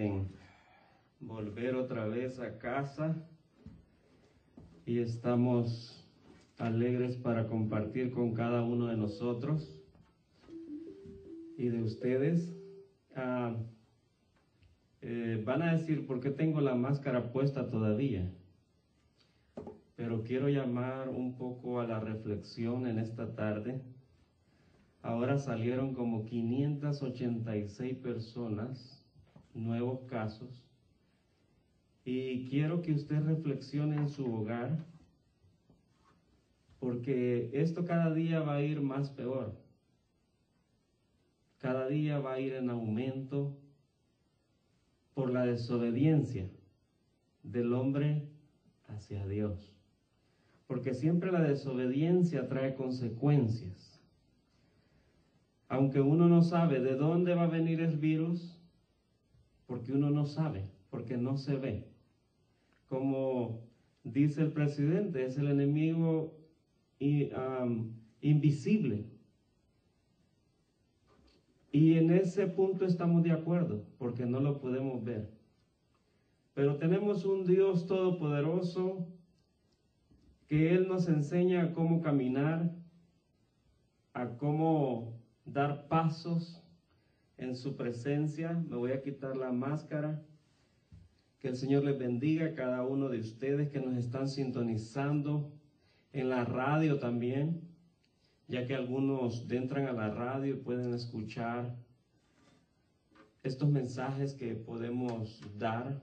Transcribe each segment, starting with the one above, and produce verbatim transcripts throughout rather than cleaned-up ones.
en volver otra vez a casa y estamos alegres para compartir con cada uno de nosotros y de ustedes. Ah, eh, van a decir, ¿por qué tengo la máscara puesta todavía? Pero quiero llamar un poco a la reflexión en esta tarde. Ahora salieron como quinientas ochenta y seis personas, nuevos casos, y quiero que usted reflexione en su hogar, porque esto cada día va a ir más peor. Cada día va a ir en aumento por la desobediencia del hombre hacia Dios. Porque siempre la desobediencia trae consecuencias. Aunque uno no sabe de dónde va a venir el virus, porque uno no sabe, porque no se ve. Como dice el presidente, es el enemigo um, invisible. Y en ese punto estamos de acuerdo, porque no lo podemos ver. Pero tenemos un Dios todopoderoso que Él nos enseña a cómo caminar, a cómo dar pasos en su presencia. Me voy a quitar la máscara. Que el Señor les bendiga a cada uno de ustedes que nos están sintonizando en la radio también, ya que algunos entran a la radio y pueden escuchar estos mensajes que podemos dar.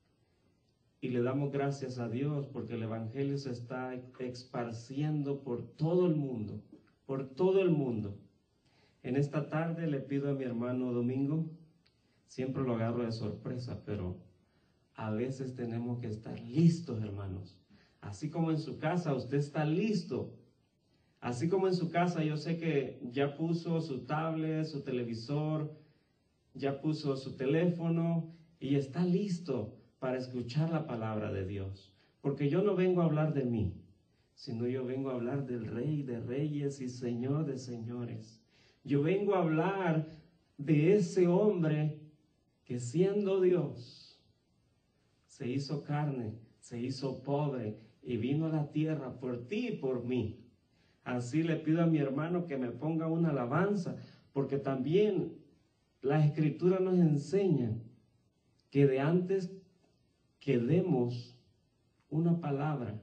Y le damos gracias a Dios porque el Evangelio se está esparciendo por todo el mundo, por todo el mundo. En esta tarde le pido a mi hermano Domingo, siempre lo agarro de sorpresa, pero a veces tenemos que estar listos, hermanos. Así como en su casa usted está listo, así como en su casa yo sé que ya puso su tablet, su televisor, ya puso su teléfono y está listo para escuchar la palabra de Dios. Porque yo no vengo a hablar de mí, sino yo vengo a hablar del Rey de Reyes y Señor de Señores. Yo vengo a hablar de ese hombre que siendo Dios, se hizo carne, se hizo pobre y vino a la tierra por ti y por mí. Así le pido a mi hermano que me ponga una alabanza, porque también la Escritura nos enseña que de antes que demos una palabra,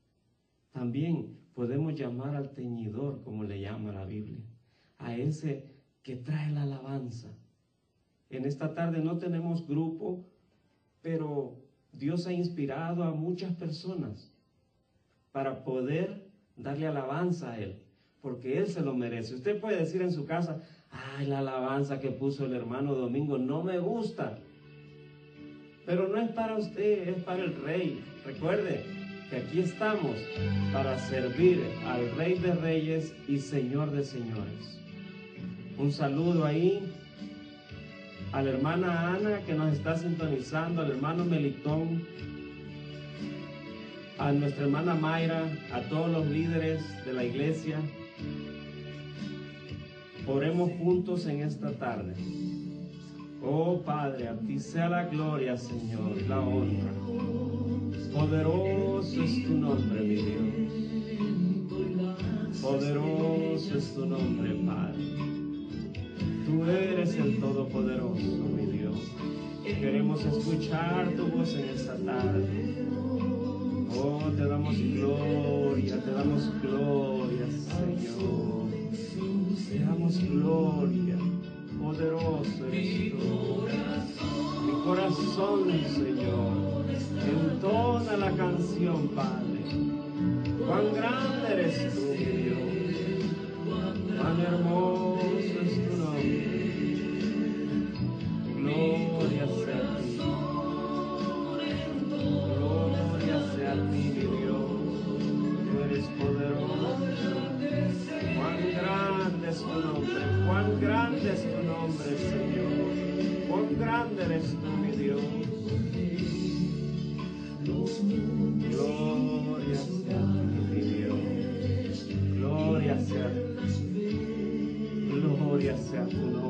también podemos llamar al teñidor, como le llama la Biblia, a ese que trae la alabanza. En esta tarde no tenemos grupo, pero Dios ha inspirado a muchas personas para poder darle alabanza a Él, porque Él se lo merece. Usted puede decir en su casa, ay, la alabanza que puso el hermano Domingo no me gusta. Pero no es para usted, es para el Rey. Recuerde que aquí estamos para servir al Rey de Reyes y Señor de Señores. Un saludo ahí a la hermana Ana que nos está sintonizando, al hermano Melitón, a nuestra hermana Mayra, a todos los líderes de la iglesia. Oremos juntos en esta tarde. Oh Padre, a ti sea la gloria, Señor, la honra. Poderoso es tu nombre, mi Dios. Poderoso es tu nombre, Padre. Tú eres el Todopoderoso, mi Dios. Queremos escuchar tu voz en esta tarde. Oh, te damos gloria, te damos gloria, Señor. Te damos gloria. Poderoso eres tú. Mi corazón, Señor, entona la canción, Padre. Cuán grande eres tú, mi Dios. Cuán hermoso es tu nombre. Gloria sea a ti. Gloria sea a ti, mi Dios. Tú eres poderoso. Cuán grande es tu nombre. Cuán grande es tu nombre, Señor. Cuán grande eres tú, mi Dios. Gloria sea a ti, mi Dios. Gloria sea a ti. Gloria sea tu nombre.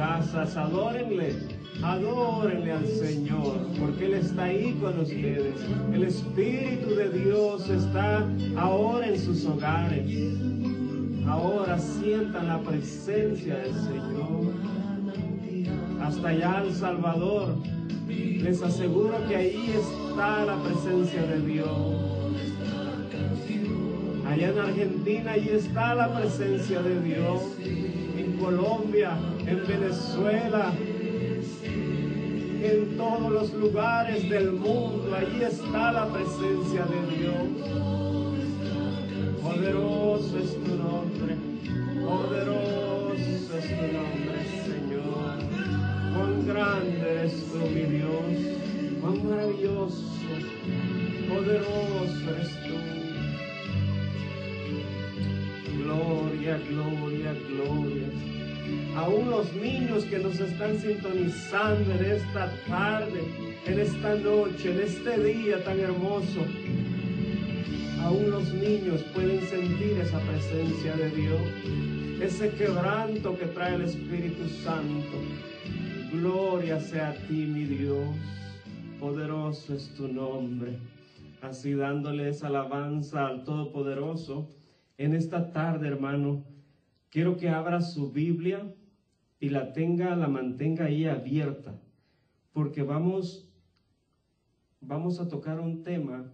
casas. Adórenle, adórenle al Señor, porque Él está ahí con ustedes. El Espíritu de Dios está ahora en sus hogares. Ahora sientan la presencia del Señor. Hasta allá El Salvador, les aseguro que ahí está la presencia de Dios. Allá en Argentina, ahí está la presencia de Dios. En Colombia, en Venezuela, en todos los lugares del mundo, allí está la presencia de Dios. Poderoso es tu nombre, poderoso es tu nombre, Señor. Cuán grande eres tú, mi Dios, cuán maravilloso, poderoso eres tú. Gloria, gloria, gloria. Aún los niños que nos están sintonizando en esta tarde, en esta noche, en este día tan hermoso, aún los niños pueden sentir esa presencia de Dios, ese quebranto que trae el Espíritu Santo. Gloria sea a ti, mi Dios, poderoso es tu nombre. Así dándoles alabanza al Todopoderoso, en esta tarde, hermano, quiero que abra su Biblia y la tenga, la mantenga ahí abierta, porque vamos, vamos a tocar un tema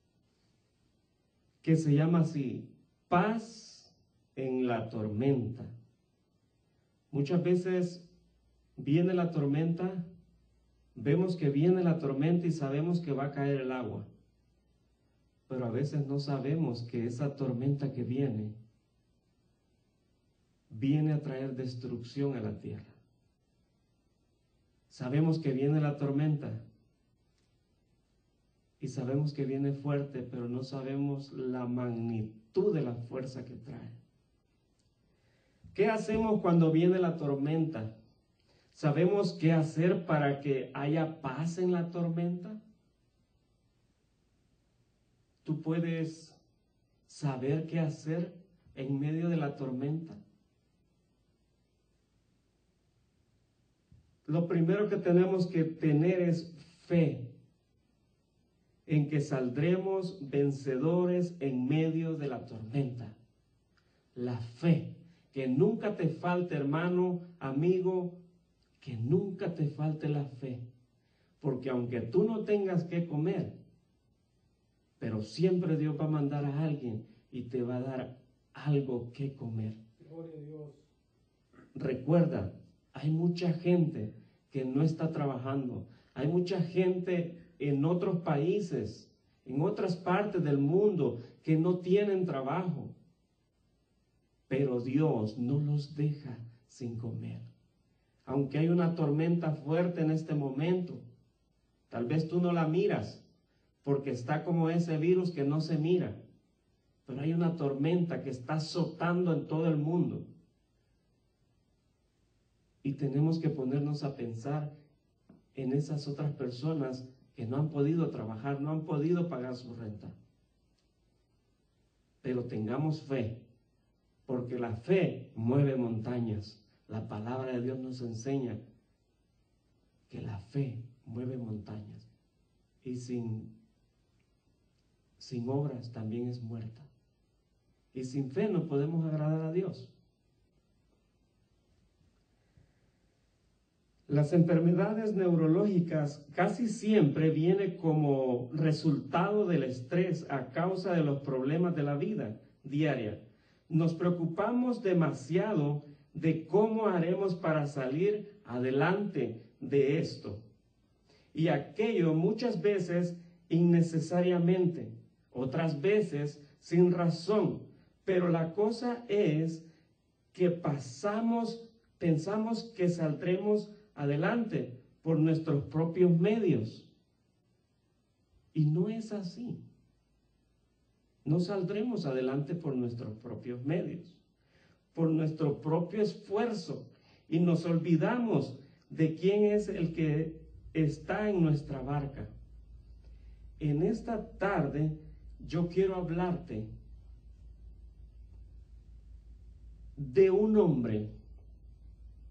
que se llama así: paz en la tormenta. Muchas veces viene la tormenta, vemos que viene la tormenta y sabemos que va a caer el agua, pero a veces no sabemos que esa tormenta que viene, viene a traer destrucción a la tierra. Sabemos que viene la tormenta y sabemos que viene fuerte, pero no sabemos la magnitud de la fuerza que trae. ¿Qué hacemos cuando viene la tormenta? ¿Sabemos qué hacer para que haya paz en la tormenta? ¿Tú puedes saber qué hacer en medio de la tormenta? Lo primero que tenemos que tener es fe en que saldremos vencedores en medio de la tormenta. La fe, que nunca te falte, hermano, amigo, que nunca te falte la fe, porque aunque tú no tengas que comer, pero siempre Dios va a mandar a alguien y te va a dar algo que comer. Gloria a Dios. Recuerda, hay mucha gente que no está trabajando, hay mucha gente en otros países, en otras partes del mundo que no tienen trabajo, pero Dios no los deja sin comer. Aunque hay una tormenta fuerte en este momento, tal vez tú no la miras, porque está como ese virus que no se mira, pero hay una tormenta que está azotando en todo el mundo. Y tenemos que ponernos a pensar en esas otras personas que no han podido trabajar, no han podido pagar su renta. Pero tengamos fe, porque la fe mueve montañas. La palabra de Dios nos enseña que la fe mueve montañas. Y sin, sin obras también es muerta. Y sin fe no podemos agradar a Dios. Las enfermedades neurológicas casi siempre vienen como resultado del estrés a causa de los problemas de la vida diaria. Nos preocupamos demasiado de cómo haremos para salir adelante de esto. Y aquello muchas veces innecesariamente, otras veces sin razón. Pero la cosa es que pasamos, pensamos que saldremos adelante por nuestros propios medios. Y no es así. No saldremos adelante por nuestros propios medios, por nuestro propio esfuerzo, y nos olvidamos de quién es el que está en nuestra barca. En esta tarde yo quiero hablarte de un hombre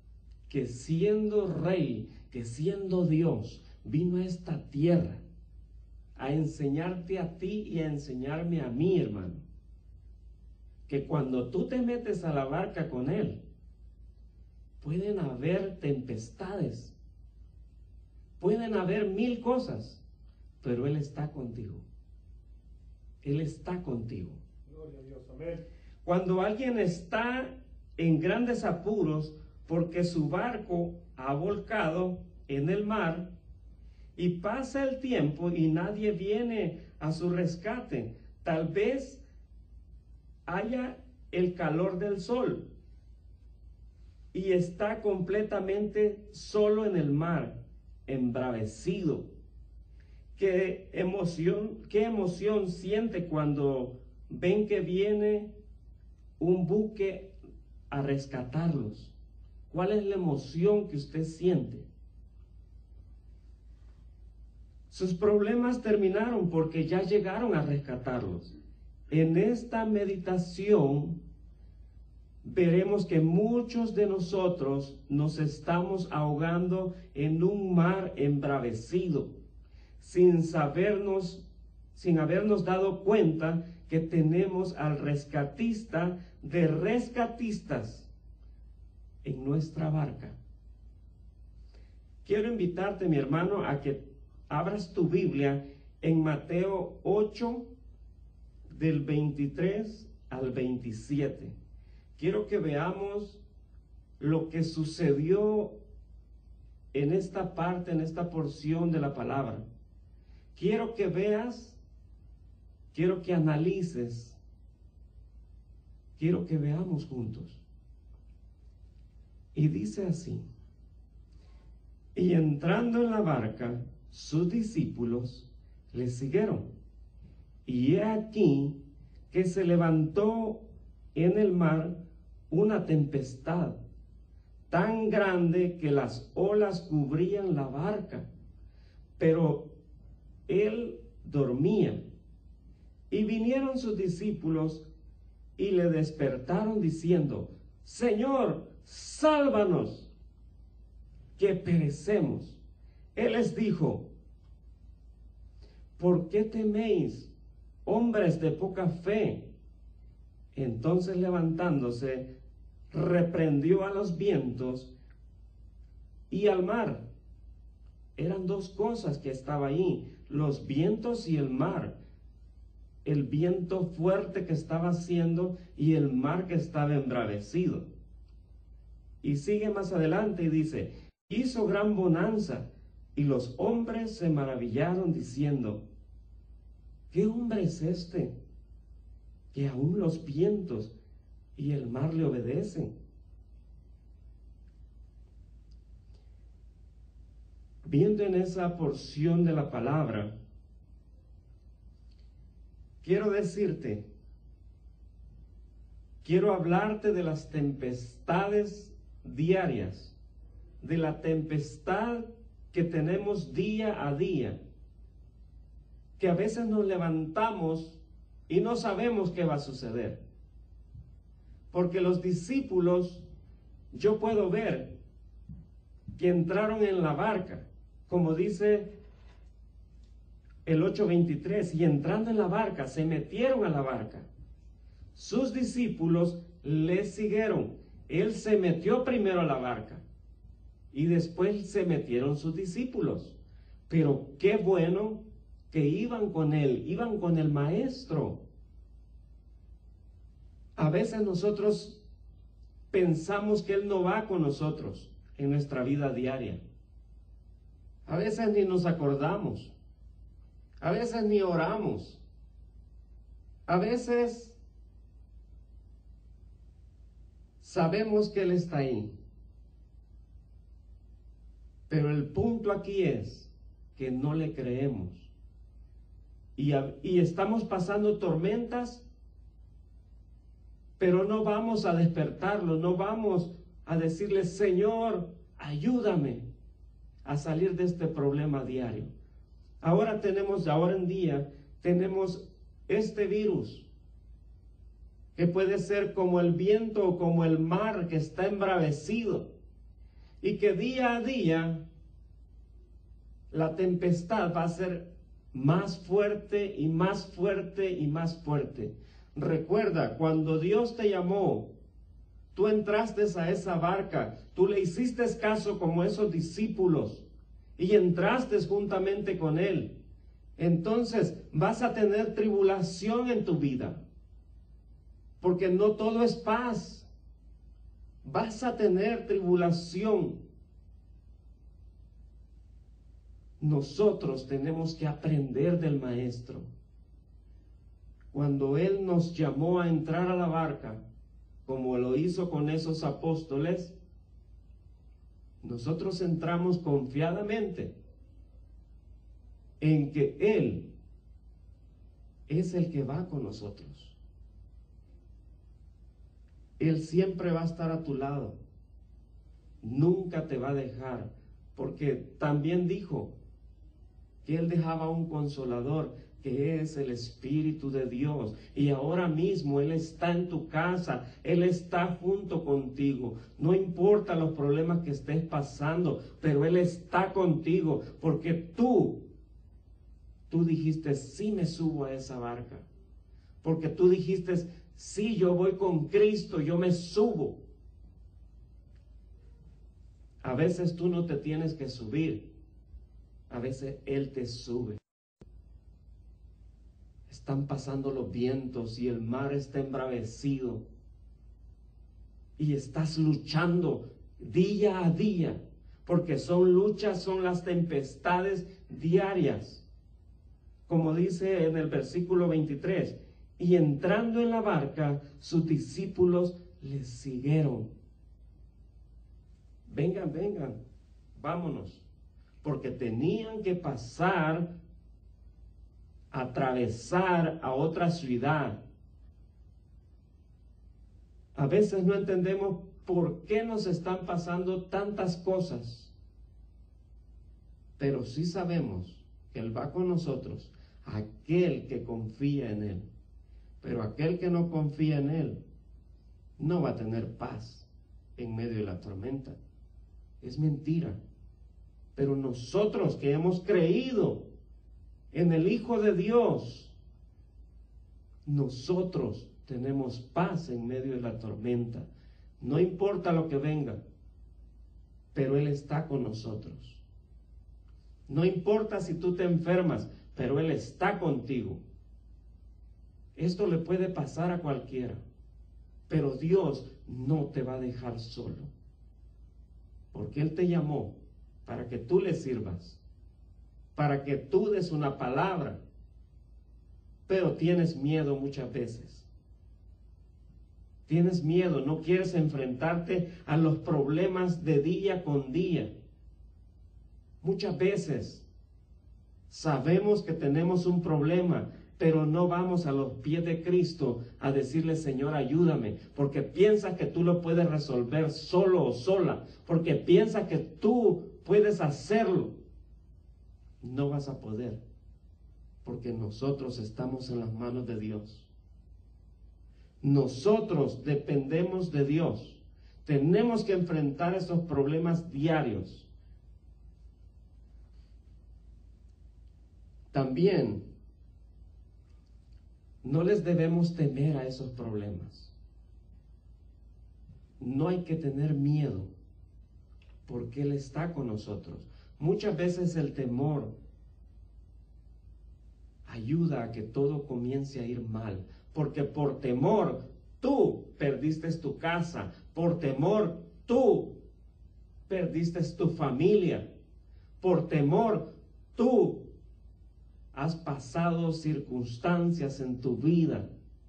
que siendo rey, que siendo Dios, vino a esta tierra a enseñarte a ti y a enseñarme a mí, hermano, que cuando tú te metes a la barca con Él, pueden haber tempestades, pueden haber mil cosas, pero Él está contigo. Él está contigo. Gloria a Dios, amén. Cuando alguien está en grandes apuros porque su barco ha volcado en el mar y pasa el tiempo y nadie viene a su rescate, tal vez haya el calor del sol y está completamente solo en el mar, embravecido. ¿Qué emoción, qué emoción siente cuando ven que viene un buque a rescatarlos? ¿Cuál es la emoción que usted siente? Sus problemas terminaron porque ya llegaron a rescatarlos. En esta meditación veremos que muchos de nosotros nos estamos ahogando en un mar embravecido, sin sabernos, sin habernos dado cuenta que tenemos al rescatista de rescatistas en nuestra barca. Quiero invitarte, mi hermano, a que abras tu Biblia en Mateo ocho, del veintitrés al veintisiete. Quiero que veamos lo que sucedió en esta parte, en esta porción de la palabra. Quiero que veas, quiero que analices, quiero que veamos juntos. Y dice así: y entrando en la barca, sus discípulos le siguieron. Y he aquí que se levantó en el mar una tempestad tan grande que las olas cubrían la barca, pero él dormía. Y vinieron sus discípulos y le despertaron diciendo: Señor, sálvanos, que perecemos. Él les dijo: ¿por qué teméis, hombres de poca fe? Entonces, levantándose, reprendió a los vientos y al mar. Eran dos cosas que estaba ahí: los vientos y el mar. El viento fuerte que estaba haciendo y el mar que estaba embravecido. Y sigue más adelante y dice: hizo gran bonanza, y los hombres se maravillaron diciendo: ¿qué hombre es este, que aún los vientos y el mar le obedecen? Viendo en esa porción de la palabra, quiero decirte, quiero hablarte de las tempestades diarias, de la tempestad que tenemos día a día, que a veces nos levantamos y no sabemos qué va a suceder. Porque los discípulos, yo puedo ver que entraron en la barca, como dice el ocho veintitrés, y entrando en la barca, se metieron a la barca. Sus discípulos le siguieron. Él se metió primero a la barca y después se metieron sus discípulos. Pero qué bueno que iban con él, iban con el maestro. A veces nosotros pensamos que él no va con nosotros en nuestra vida diaria. A veces ni nos acordamos. A veces ni oramos. A veces sabemos que él está ahí. Pero el punto aquí es que no le creemos. Y, y estamos pasando tormentas, pero no vamos a despertarlo, no vamos a decirle: Señor, ayúdame a salir de este problema diario. Ahora tenemos, ahora en día, tenemos este virus, que puede ser como el viento o como el mar que está embravecido. y que día a día la tempestad va a ser más fuerte y más fuerte y más fuerte. Recuerda, cuando Dios te llamó, tú entraste a esa barca, tú le hiciste caso como esos discípulos y entraste juntamente con Él. Entonces vas a tener tribulación en tu vida, porque no todo es paz. Vas a tener tribulación. Nosotros tenemos que aprender del Maestro. Cuando Él nos llamó a entrar a la barca, como lo hizo con esos apóstoles, nosotros entramos confiadamente en que Él es el que va con nosotros. Él siempre va a estar a tu lado. Nunca te va a dejar, porque también dijo que Él dejaba un consolador, que es el Espíritu de Dios. Y ahora mismo Él está en tu casa, Él está junto contigo. No importa los problemas que estés pasando, pero Él está contigo, porque tú, tú dijiste, sí me subo a esa barca. Porque tú dijiste, sí, yo voy con Cristo, yo me subo. A veces tú no te tienes que subir, a veces Él te sube. Están pasando los vientos y el mar está embravecido y estás luchando día a día, porque son luchas, son las tempestades diarias. Como dice en el versículo veintitrés, y entrando en la barca, sus discípulos les siguieron. Vengan, vengan, vámonos, porque tenían que pasar, atravesar a otra ciudad. A veces no entendemos por qué nos están pasando tantas cosas, pero sí sabemos que Él va con nosotros, aquel que confía en Él. Pero aquel que no confía en Él no va a tener paz en medio de la tormenta. Es mentira. Pero nosotros que hemos creído en el Hijo de Dios, nosotros tenemos paz en medio de la tormenta. No importa lo que venga, pero Él está con nosotros. No importa si tú te enfermas, pero Él está contigo. Esto le puede pasar a cualquiera, pero Dios no te va a dejar solo, porque Él te llamó para que tú le sirvas, para que tú des una palabra, pero tienes miedo muchas veces. Tienes miedo, no quieres enfrentarte a los problemas de día con día. Muchas veces sabemos que tenemos un problema, pero no vamos a los pies de Cristo a decirle, Señor, ayúdame, porque piensas que tú lo puedes resolver solo o sola, porque piensas que tú puedes hacerlo. No vas a poder, porque nosotros estamos en las manos de Dios. Nosotros dependemos de Dios. Tenemos que enfrentar esos problemas diarios. También no les debemos temer a esos problemas. No hay que tener miedo, porque Él está con nosotros. Muchas veces el temor ayuda a que todo comience a ir mal, porque por temor tú perdiste tu casa, por temor tú perdiste tu familia, por temor tú has pasado circunstancias en tu vida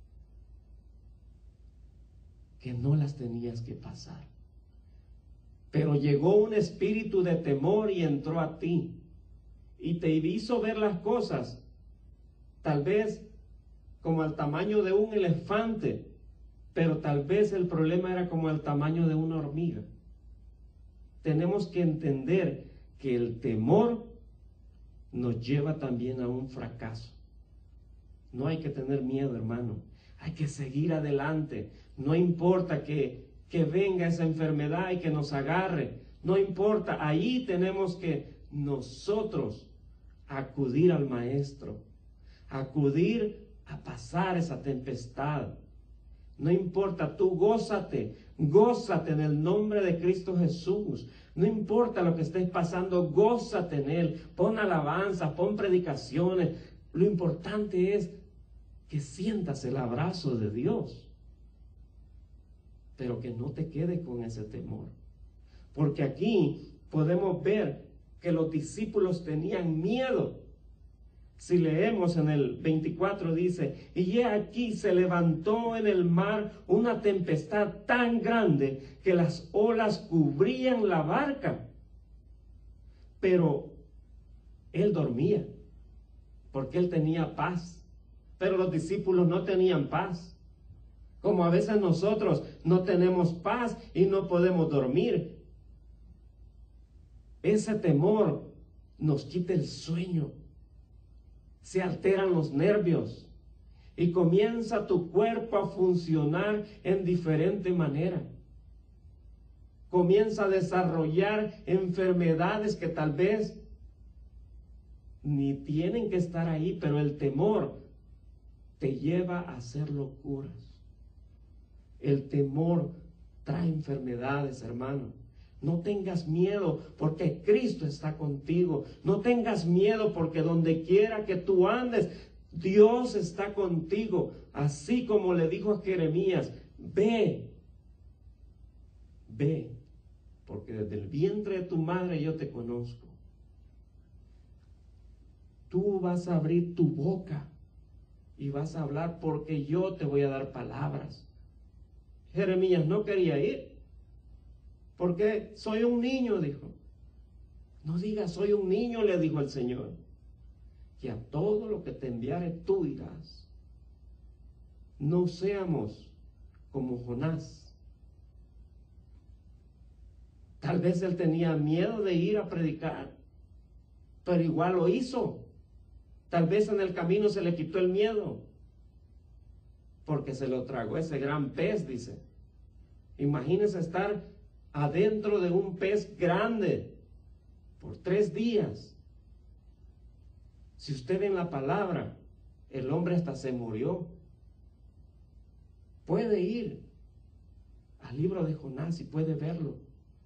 que no las tenías que pasar. Pero llegó un espíritu de temor y entró a ti y te hizo ver las cosas tal vez como al tamaño de un elefante, pero tal vez el problema era como el tamaño de una hormiga. Tenemos que entender que el temor nos lleva también a un fracaso. No hay que tener miedo, hermano. Hay que seguir adelante. No importa que, que venga esa enfermedad y que nos agarre. No importa, ahí tenemos que nosotros acudir al Maestro, acudir a pasar esa tempestad. No importa, tú gózate, gózate en el nombre de Cristo Jesús. No importa lo que estés pasando, gózate en Él. Pon alabanza, pon predicaciones. Lo importante es que sientas el abrazo de Dios, pero que no te quedes con ese temor. Porque aquí podemos ver que los discípulos tenían miedo. Si leemos en el veinticuatro dice, y he aquí se levantó en el mar una tempestad tan grande que las olas cubrían la barca. Pero él dormía, porque él tenía paz. Pero los discípulos no tenían paz. Como a veces nosotros no tenemos paz y no podemos dormir. Ese temor nos quita el sueño. Se alteran los nervios y comienza tu cuerpo a funcionar en diferente manera. Comienza a desarrollar enfermedades que tal vez ni tienen que estar ahí, pero el temor te lleva a hacer locuras. El temor trae enfermedades, hermano. No tengas miedo porque Cristo está contigo. No tengas miedo porque donde quiera que tú andes, Dios está contigo. Así como le dijo a Jeremías, ve, ve, porque desde el vientre de tu madre yo te conozco. Tú vas a abrir tu boca y vas a hablar porque yo te voy a dar palabras. Jeremías no quería ir. Porque soy un niño, dijo. No digas soy un niño, le dijo el Señor. Que a todo lo que te enviare tú irás. No seamos como Jonás. Tal vez él tenía miedo de ir a predicar, pero igual lo hizo. Tal vez en el camino se le quitó el miedo, porque se lo tragó ese gran pez, dice. Imagínese estar adentro de un pez grande por tres días. Si usted ve en la palabra, el hombre hasta se murió. Puede ir al libro de Jonás y puede verlo,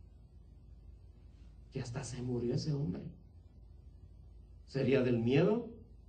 que hasta se murió ese hombre. ¿Sería del miedo?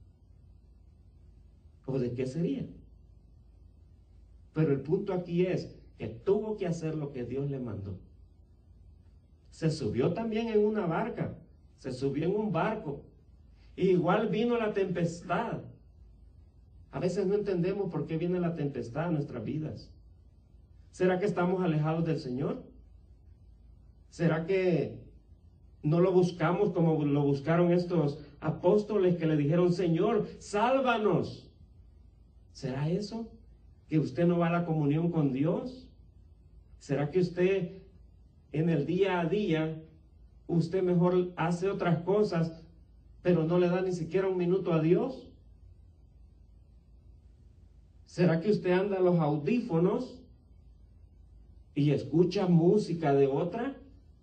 ¿O de qué sería? Pero el punto aquí es que tuvo que hacer lo que Dios le mandó. Se subió también en una barca, se subió en un barco. Y igual vino la tempestad. A veces no entendemos por qué viene la tempestad en nuestras vidas. ¿Será que estamos alejados del Señor? ¿Será que no lo buscamos como lo buscaron estos apóstoles que le dijeron, Señor, sálvanos? ¿Será eso? ¿Que usted no va a la comunión con Dios? ¿Será que usted en el día a día, usted mejor hace otras cosas, pero no le da ni siquiera un minuto a Dios? ¿Será que usted anda a los audífonos y escucha música de otra?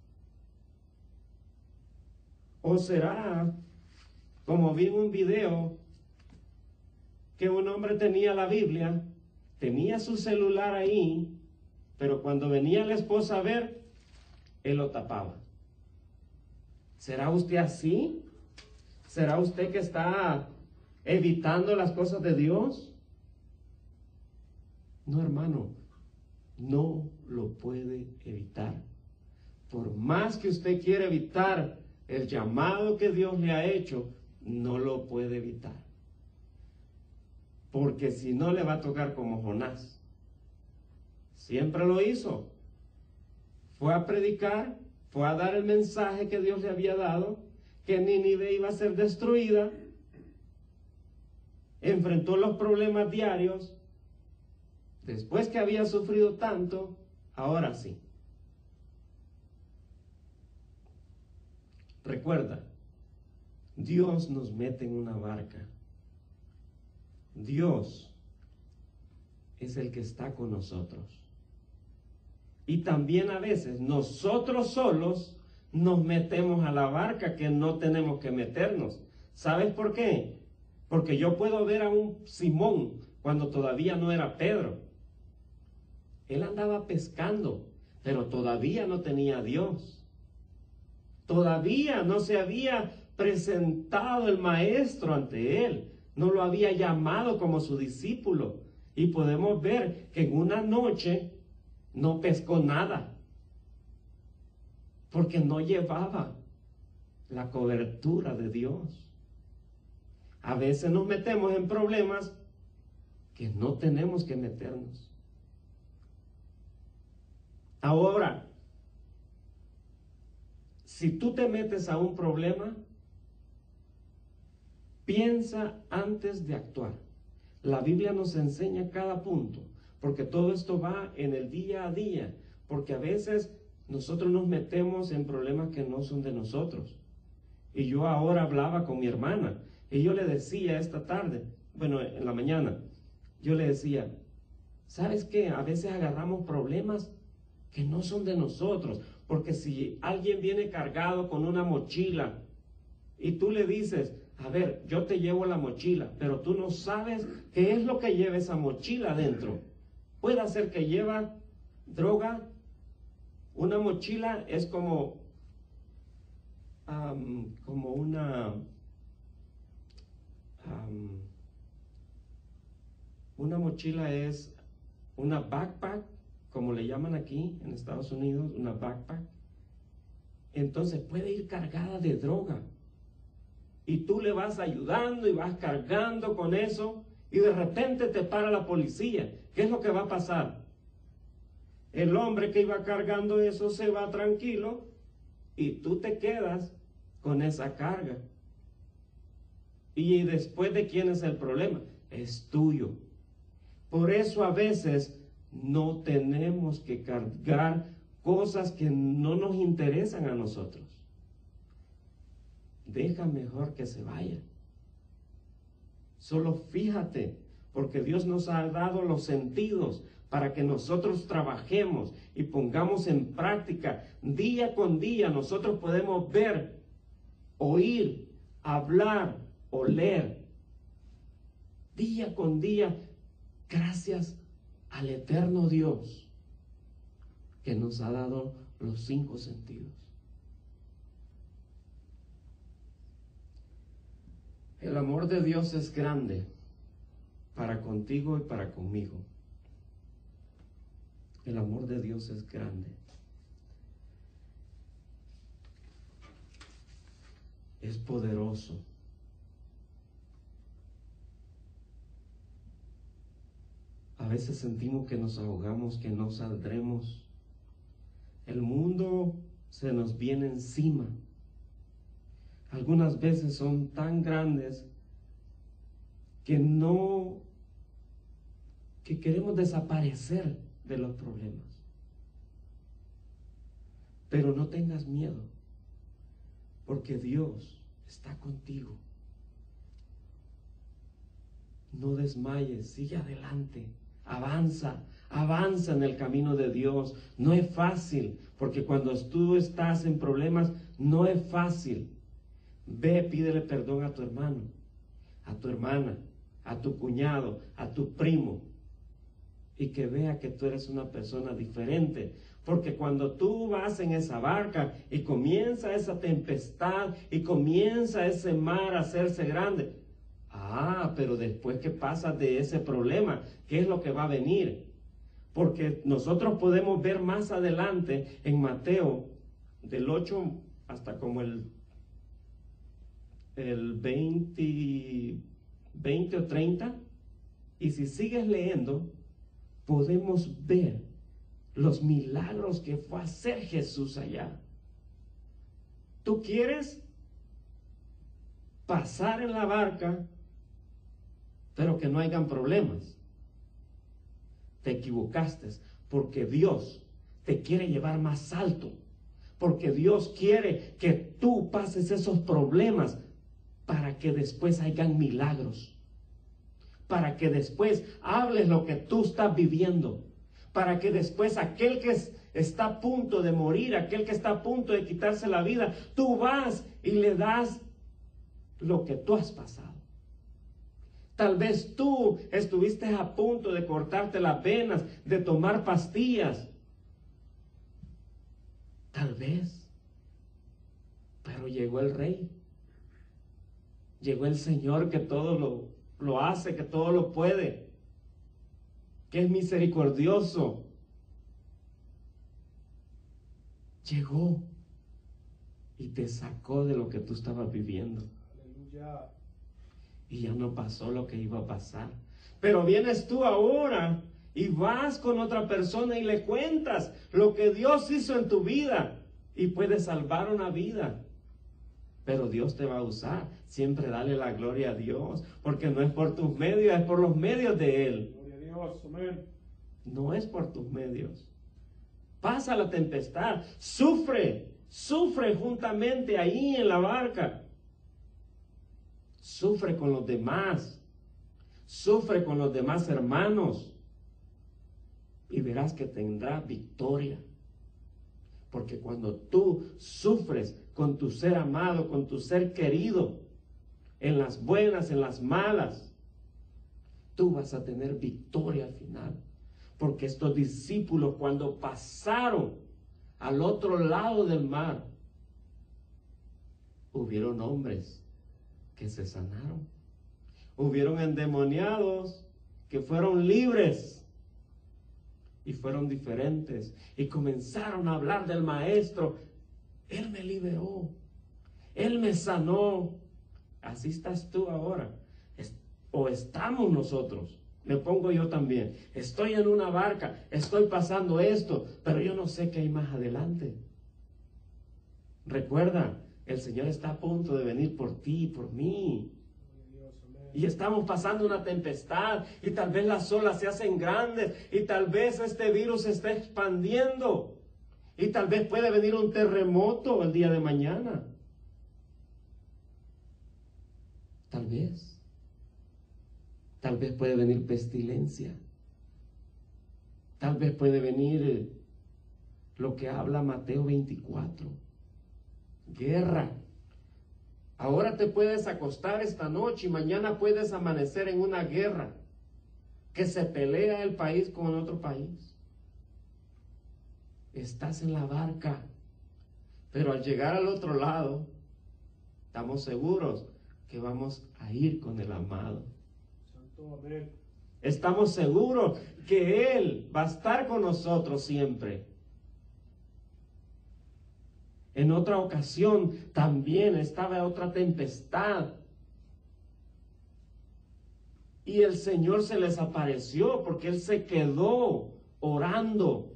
¿O será, como vi en un video, que un hombre tenía la Biblia, tenía su celular ahí, pero cuando venía la esposa a ver, él lo tapaba? ¿Será usted así? ¿Será usted que está evitando las cosas de Dios? No, hermano, no lo puede evitar. Por más que usted quiera evitar el llamado que Dios le ha hecho, no lo puede evitar. Porque si no, le va a tocar como Jonás. Siempre lo hizo. Fue a predicar, fue a dar el mensaje que Dios le había dado, que Nínive iba a ser destruida. Enfrentó los problemas diarios. Después que había sufrido tanto, ahora sí. Recuerda, Dios nos mete en una barca. Dios es el que está con nosotros. Y también a veces nosotros solos nos metemos a la barca que no tenemos que meternos. ¿Sabes por qué? Porque yo puedo ver a un Simón cuando todavía no era Pedro. Él andaba pescando, pero todavía no tenía a Dios. Todavía no se había presentado el maestro ante él. No lo había llamado como su discípulo. Y podemos ver que en una noche no pescó nada, porque no llevaba la cobertura de Dios. A veces nos metemos en problemas que no tenemos que meternos. Ahora, si tú te metes a un problema, piensa antes de actuar. La Biblia nos enseña cada punto, porque todo esto va en el día a día, porque a veces nosotros nos metemos en problemas que no son de nosotros. Y yo ahora hablaba con mi hermana, y yo le decía esta tarde, bueno, en la mañana, yo le decía, ¿sabes qué? A veces agarramos problemas que no son de nosotros, porque si alguien viene cargado con una mochila, y tú le dices, a ver, yo te llevo la mochila, pero tú no sabes qué es lo que lleva esa mochila adentro. Puede ser que lleva droga. Una mochila es como, um, como una, um, una mochila es una backpack, como le llaman aquí en Estados Unidos, una backpack. Entonces puede ir cargada de droga. Y tú le vas ayudando y vas cargando con eso, y de repente te para la policía. ¿Qué es lo que va a pasar? El hombre que iba cargando eso se va tranquilo y tú te quedas con esa carga. Y después, ¿de quién es el problema? Es tuyo. Por eso a veces no tenemos que cargar cosas que no nos interesan a nosotros. Deja mejor que se vaya. Solo fíjate, porque Dios nos ha dado los sentidos para que nosotros trabajemos y pongamos en práctica. Día con día nosotros podemos ver, oír, hablar, oler. Día con día, gracias al eterno Dios que nos ha dado los cinco sentidos. El amor de Dios es grande para contigo y para conmigo. El amor de Dios es grande. Es poderoso. A veces sentimos que nos ahogamos, que no saldremos. El mundo se nos viene encima. Algunas veces son tan grandes que no, que queremos desaparecer de los problemas. Pero no tengas miedo, porque Dios está contigo. No desmayes, sigue adelante, avanza, avanza en el camino de Dios. No es fácil, porque cuando tú estás en problemas, no es fácil. Ve, pídele perdón a tu hermano, a tu hermana, a tu cuñado, a tu primo, y que vea que tú eres una persona diferente. Porque cuando tú vas en esa barca y comienza esa tempestad y comienza ese mar a hacerse grande, ah, pero después que pasas de ese problema, ¿qué es lo que va a venir? Porque nosotros podemos ver más adelante en Mateo, del ocho hasta como el el veinte, veinte o treinta, y si sigues leyendo, podemos ver los milagros que fue a hacer Jesús allá. ¿Tú quieres pasar en la barca, pero que no hayan problemas? Te equivocaste, porque Dios te quiere llevar más alto, porque Dios quiere que tú pases esos problemas para que después hayan milagros, para que después hables lo que tú estás viviendo, para que después aquel que está a punto de morir, aquel que está a punto de quitarse la vida, tú vas y le das lo que tú has pasado. Tal vez tú estuviste a punto de cortarte las venas, de tomar pastillas. Tal vez. Pero llegó el Rey. Llegó el Señor que todo lo, lo hace, que todo lo puede, que es misericordioso. Llegó y te sacó de lo que tú estabas viviendo. Aleluya. Y ya no pasó lo que iba a pasar. Pero vienes tú ahora y vas con otra persona y le cuentas lo que Dios hizo en tu vida y puedes salvar una vida. Pero Dios te va a usar. Siempre dale la gloria a Dios, porque no es por tus medios, es por los medios de Él. Gloria a Dios, amén. No es por tus medios. Pasa la tempestad, sufre, sufre juntamente ahí en la barca. Sufre con los demás, sufre con los demás hermanos y verás que tendrás victoria. Porque cuando tú sufres con tu ser amado, con tu ser querido, en las buenas, en las malas, tú vas a tener victoria al final. Porque estos discípulos, cuando pasaron al otro lado del mar, hubieron hombres que se sanaron. Hubieron endemoniados que fueron libres y fueron diferentes y comenzaron a hablar del Maestro. Él me liberó, Él me sanó. Así estás tú ahora, o estamos nosotros. Me pongo yo también. Estoy en una barca, estoy pasando esto, pero yo no sé qué hay más adelante. Recuerda, el Señor está a punto de venir por ti y por mí. Y estamos pasando una tempestad y tal vez las olas se hacen grandes y tal vez este virus se está expandiendo y tal vez puede venir un terremoto el día de mañana. Tal vez. Tal vez puede venir pestilencia. Tal vez puede venir lo que habla Mateo veinticuatro. Guerra. Ahora te puedes acostar esta noche y mañana puedes amanecer en una guerra que se pelea el país con otro país. Estás en la barca, pero al llegar al otro lado, estamos seguros que vamos a ir con el amado. Santo amén. Estamos seguros que Él va a estar con nosotros siempre. En otra ocasión también estaba otra tempestad. Y el Señor se les apareció porque Él se quedó orando.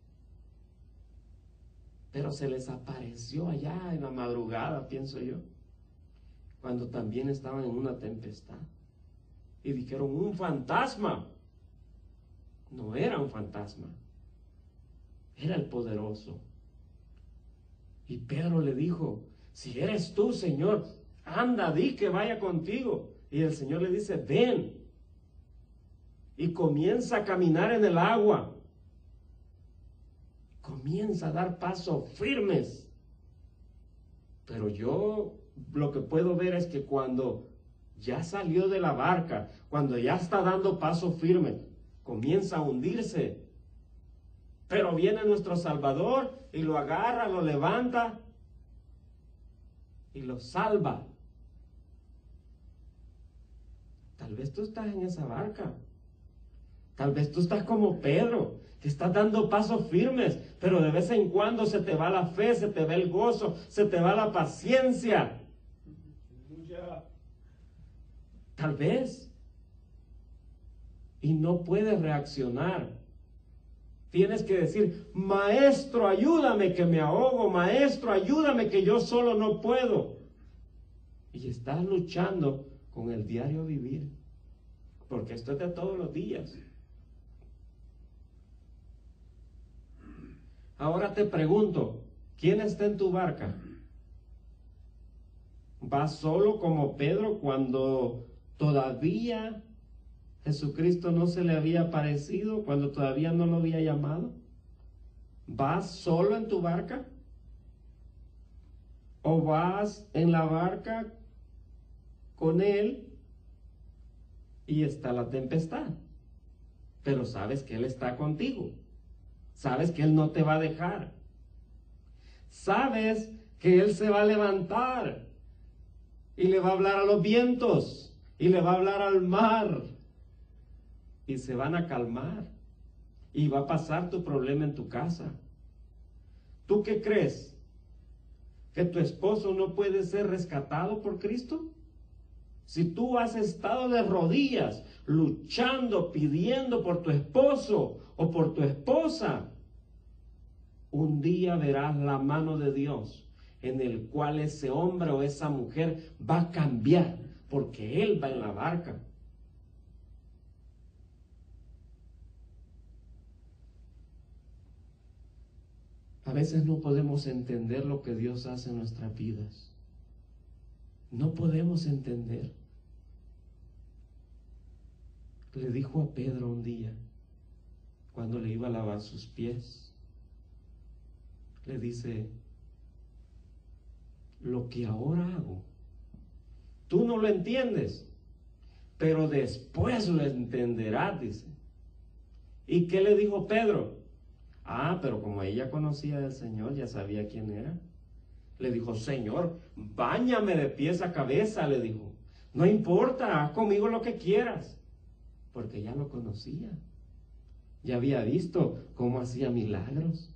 Pero se les apareció allá en la madrugada, pienso yo, cuando también estaban en una tempestad. Y dijeron, un fantasma. No era un fantasma. Era el poderoso. Y Pedro le dijo, si eres tú, Señor, anda, di que vaya contigo. Y el Señor le dice, ven. Y comienza a caminar en el agua. Comienza a dar pasos firmes. Pero yo lo que puedo ver es que cuando ya salió de la barca, cuando ya está dando pasos firmes, comienza a hundirse. Pero viene nuestro Salvador y lo agarra, lo levanta y lo salva. Tal vez tú estás en esa barca. Tal vez tú estás como Pedro, que estás dando pasos firmes, pero de vez en cuando se te va la fe, se te va el gozo, se te va la paciencia. Tal vez. Y no puedes reaccionar. Tienes que decir, maestro, ayúdame que me ahogo, maestro, ayúdame que yo solo no puedo. Y estás luchando con el diario vivir, porque esto es de todos los días. Ahora te pregunto, ¿quién está en tu barca? ¿Vas solo como Pedro cuando todavía Jesucristo no se le había aparecido, cuando todavía no lo había llamado? ¿Vas solo en tu barca? ¿O vas en la barca con él y está la tempestad? Pero sabes que él está contigo. Sabes que él no te va a dejar. Sabes que él se va a levantar y le va a hablar a los vientos y le va a hablar al mar y se van a calmar y va a pasar tu problema en tu casa. ¿Tú qué crees? ¿Que tu esposo no puede ser rescatado por Cristo? Si tú has estado de rodillas luchando, pidiendo por tu esposo o por tu esposa, un día verás la mano de Dios en el cual ese hombre o esa mujer va a cambiar porque él va en la barca. A veces no podemos entender lo que Dios hace en nuestras vidas. No podemos entender. Le dijo a Pedro un día, cuando le iba a lavar sus pies, le dice, lo que ahora hago, tú no lo entiendes, pero después lo entenderás, dice. ¿Y qué le dijo Pedro? Ah, pero como ella conocía del Señor, ya sabía quién era. Le dijo, Señor, báñame de pies a cabeza, le dijo. No importa, haz conmigo lo que quieras. Porque ya lo conocía. Ya había visto cómo hacía milagros.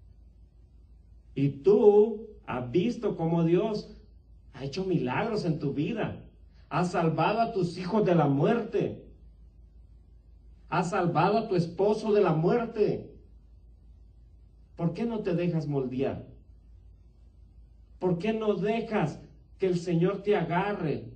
Y tú has visto cómo Dios ha hecho milagros en tu vida. Ha salvado a tus hijos de la muerte. Ha salvado a tu esposo de la muerte. ¿Por qué no te dejas moldear? ¿Por qué no dejas que el Señor te agarre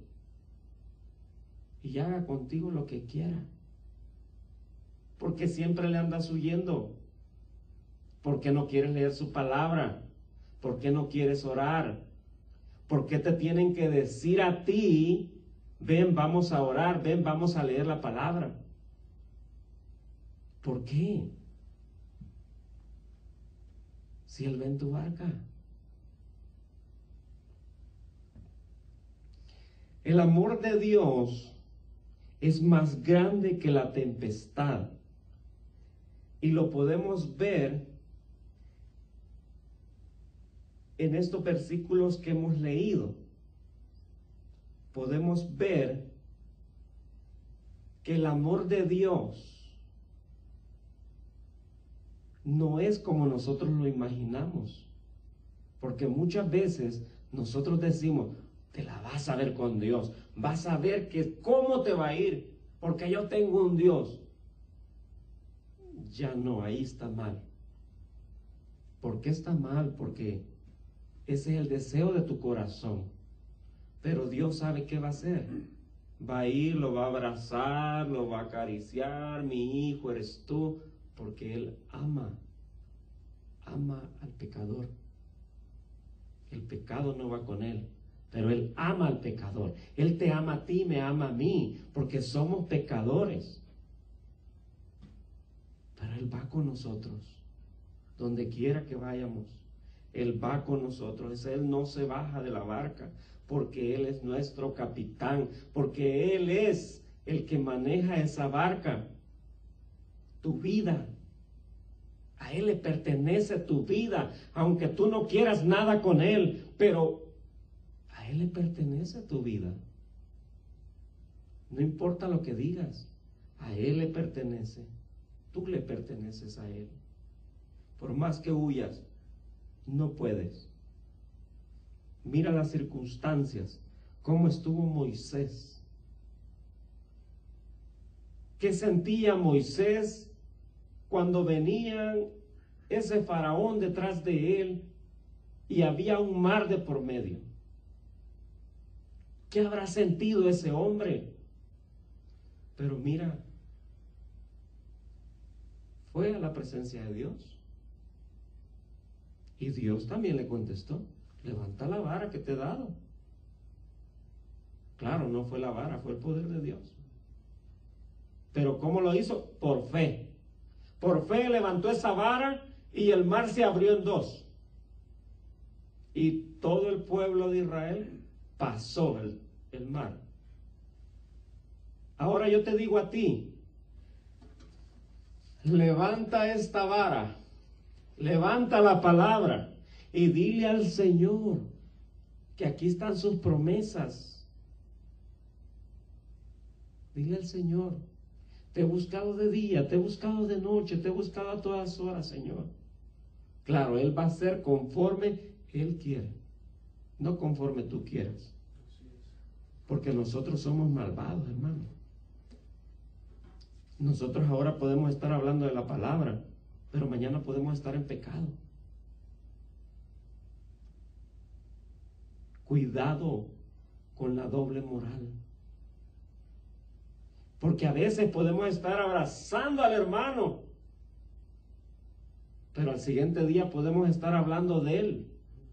y haga contigo lo que quiera? Porque siempre le andas huyendo. ¿Por qué no quieres leer su palabra? ¿Por qué no quieres orar? ¿Por qué te tienen que decir a ti, ven, vamos a orar, ven, vamos a leer la palabra? ¿Por qué? Si Él va en tu barca. El amor de Dios es más grande que la tempestad. Y lo podemos ver en estos versículos que hemos leído. Podemos ver que el amor de Dios no es como nosotros lo imaginamos. Porque muchas veces nosotros decimos, te la vas a ver con Dios, vas a ver que cómo te va a ir, porque yo tengo un Dios. Ya no, ahí está mal. ¿Por qué está mal? Porque ese es el deseo de tu corazón. Pero Dios sabe qué va a hacer. Va a ir, lo va a abrazar, lo va a acariciar, mi hijo eres tú, porque Él ama, ama al pecador. El pecado no va con Él. Pero Él ama al pecador. Él te ama a ti, me ama a mí, porque somos pecadores. Pero Él va con nosotros. Donde quiera que vayamos, Él va con nosotros. Él no se baja de la barca, porque Él es nuestro capitán, porque Él es el que maneja esa barca. Tu vida, a Él le pertenece tu vida, aunque tú no quieras nada con Él, pero a Él le pertenece tu vida. No importa lo que digas, a Él le pertenece. Tú le perteneces a Él. Por más que huyas, no puedes. Mira las circunstancias, cómo estuvo Moisés. ¿Qué sentía Moisés cuando venía ese faraón detrás de él y había un mar de por medio? ¿Qué habrá sentido ese hombre? Pero mira, fue a la presencia de Dios. Y Dios también le contestó, levanta la vara que te he dado. Claro, no fue la vara, fue el poder de Dios. Pero ¿cómo lo hizo? Por fe. Por fe levantó esa vara y el mar se abrió en dos. Y todo el pueblo de Israel pasó el, el mar. Ahora yo te digo a ti, levanta esta vara, levanta la palabra y dile al Señor que aquí están sus promesas. Dile al Señor, te he buscado de día, te he buscado de noche, te he buscado a todas horas, Señor. Claro, Él va a ser conforme Él quiere, no conforme tú quieras. Porque nosotros somos malvados, hermano. Nosotros ahora podemos estar hablando de la palabra, pero mañana podemos estar en pecado. Cuidado con la doble moral. Porque a veces podemos estar abrazando al hermano, pero al siguiente día podemos estar hablando de él.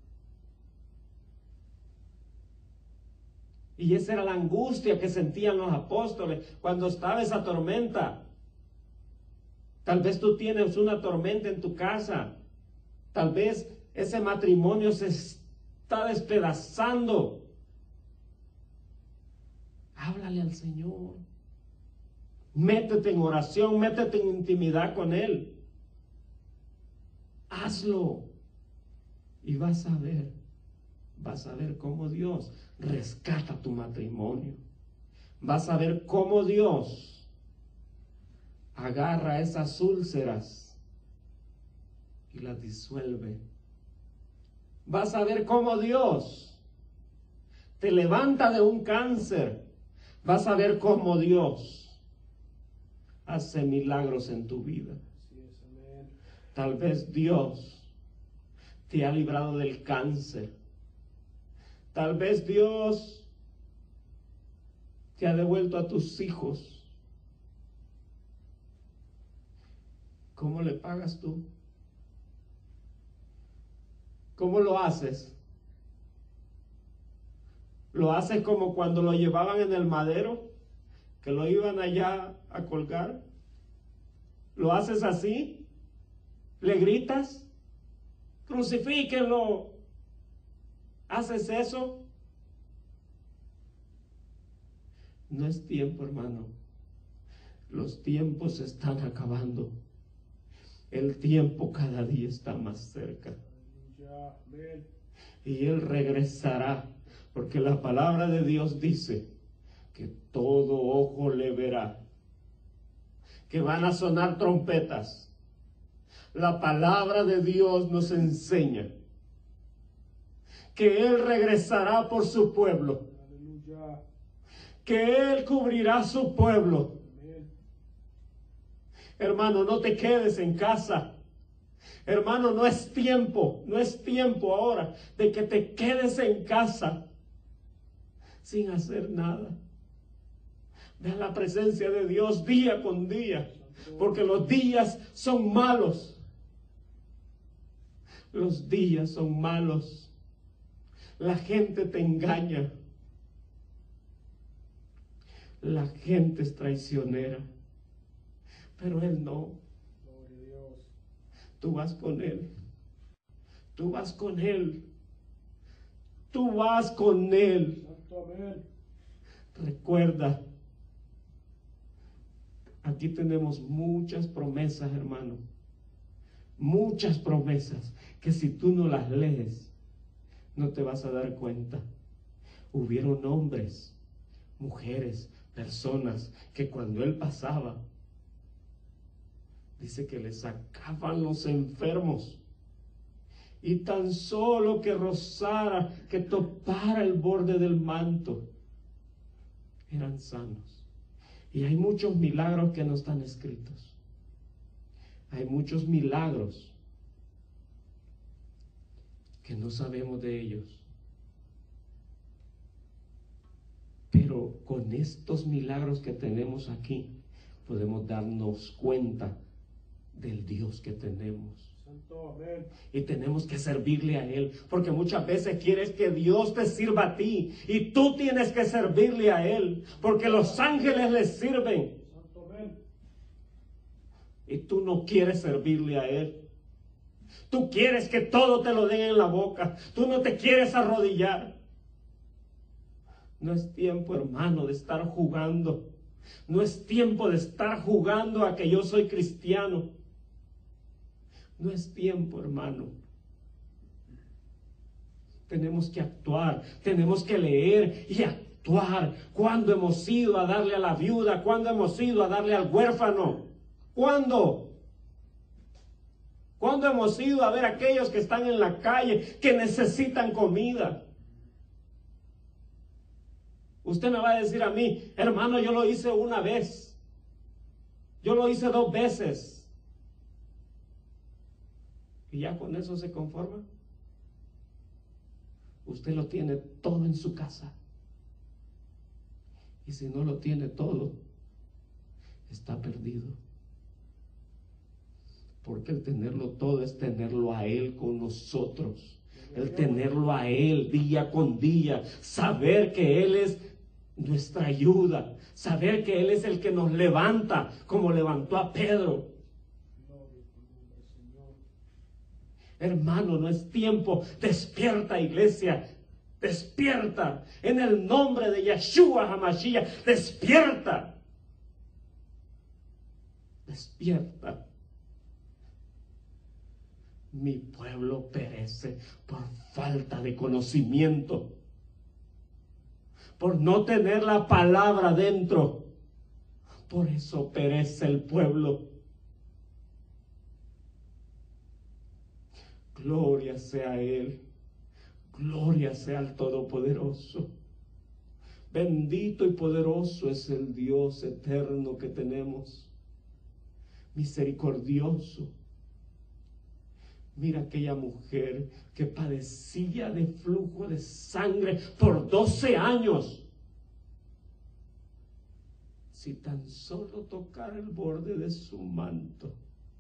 Y esa era la angustia que sentían los apóstoles cuando estaba esa tormenta. Tal vez tú tienes una tormenta en tu casa. Tal vez ese matrimonio se está despedazando. Háblale al Señor. Métete en oración, métete en intimidad con Él. Hazlo. Y vas a ver, vas a ver cómo Dios rescata tu matrimonio. Vas a ver cómo Dios agarra esas úlceras y las disuelve. Vas a ver cómo Dios te levanta de un cáncer. Vas a ver cómo Dios hace milagros en tu vida. Tal vez Dios te ha librado del cáncer. Tal vez Dios te ha devuelto a tus hijos. ¿Cómo le pagas tú? ¿Cómo lo haces? ¿Lo haces como cuando lo llevaban en el madero, que lo iban allá a colgar? ¿Lo haces así? ¿Le gritas? Crucifíquenlo. ¿Haces eso? No es tiempo, hermano. Los tiempos se están acabando. El tiempo cada día está más cerca. Y Él regresará, porque la palabra de Dios dice que todo ojo le verá, que van a sonar trompetas. La palabra de Dios nos enseña que Él regresará por su pueblo, que Él cubrirá su pueblo. Hermano, no te quedes en casa. Hermano, no es tiempo, no es tiempo ahora de que te quedes en casa sin hacer nada. Ve a la presencia de Dios día con día, porque los días son malos. Los días son malos. La gente te engaña. La gente es traicionera. Pero Él no. Tú vas con Él. Tú vas con Él. Tú vas con Él. Recuerda, aquí tenemos muchas promesas, hermano. Muchas promesas que si tú no las lees, no te vas a dar cuenta. Hubieron hombres, mujeres, personas que cuando Él pasaba, dice que le sacaban los enfermos. Y tan solo que rozara, que topara el borde del manto, eran sanos. Y hay muchos milagros que no están escritos. Hay muchos milagros que no sabemos de ellos. Pero con estos milagros que tenemos aquí, podemos darnos cuenta del Dios que tenemos. Y tenemos que servirle a Él, porque muchas veces quieres que Dios te sirva a ti y tú tienes que servirle a Él, porque los ángeles le sirven y tú no quieres servirle a Él. Tú quieres que todo te lo den en la boca. Tú no te quieres arrodillar. No es tiempo, hermano, de estar jugando. No es tiempo de estar jugando a que yo soy cristiano. No es tiempo, hermano. Tenemos que actuar, tenemos que leer y actuar. ¿Cuándo hemos ido a darle a la viuda? ¿Cuándo hemos ido a darle al huérfano? ¿Cuándo? ¿Cuándo hemos ido a ver a aquellos que están en la calle, que necesitan comida? Usted me va a decir a mí, hermano, yo lo hice una vez. Yo lo hice dos veces. ¿Y ya con eso se conforma? Usted lo tiene todo en su casa. Y si no lo tiene todo, está perdido. Porque el tenerlo todo es tenerlo a Él con nosotros. El tenerlo a Él día con día. Saber que Él es nuestra ayuda. Saber que Él es el que nos levanta, como levantó a Pedro. Hermano, no es tiempo. Despierta, iglesia. Despierta. En el nombre de Yeshua HaMashiach. Despierta. Despierta. Mi pueblo perece por falta de conocimiento. Por no tener la palabra dentro. Por eso perece el pueblo. Gloria sea a Él. Gloria sea al Todopoderoso. Bendito y poderoso es el Dios eterno que tenemos. Misericordioso. Mira aquella mujer que padecía de flujo de sangre por doce años. Si tan solo tocara el borde de su manto.